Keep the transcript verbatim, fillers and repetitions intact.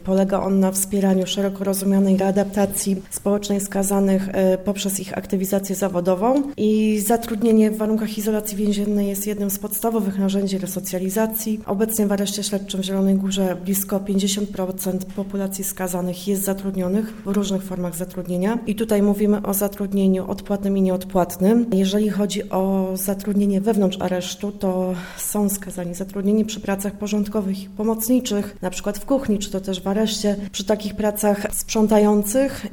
Polega on na wspieraniu szeroko rozumianej readaptacji społecznej skazanych poprzez ich aktywizację zawodową i zatrudnienie w warunkach izolacji więziennej jest jednym z podstawowych narzędzi resocjalizacji. Obecnie w areszcie śledczym w Zielonej Górze blisko pięćdziesiąt procent populacji skazanych jest zatrudnionych w różnych formach zatrudnienia i tutaj mówimy o zatrudnieniu odpłatnym i nieodpłatnym. Jeżeli chodzi o zatrudnienie wewnątrz aresztu, to są skazani zatrudnieni przy pracach porządkowych i pomocniczych, na przykład w kuchni, czy to też w areszcie, przy takich pracach sprzątających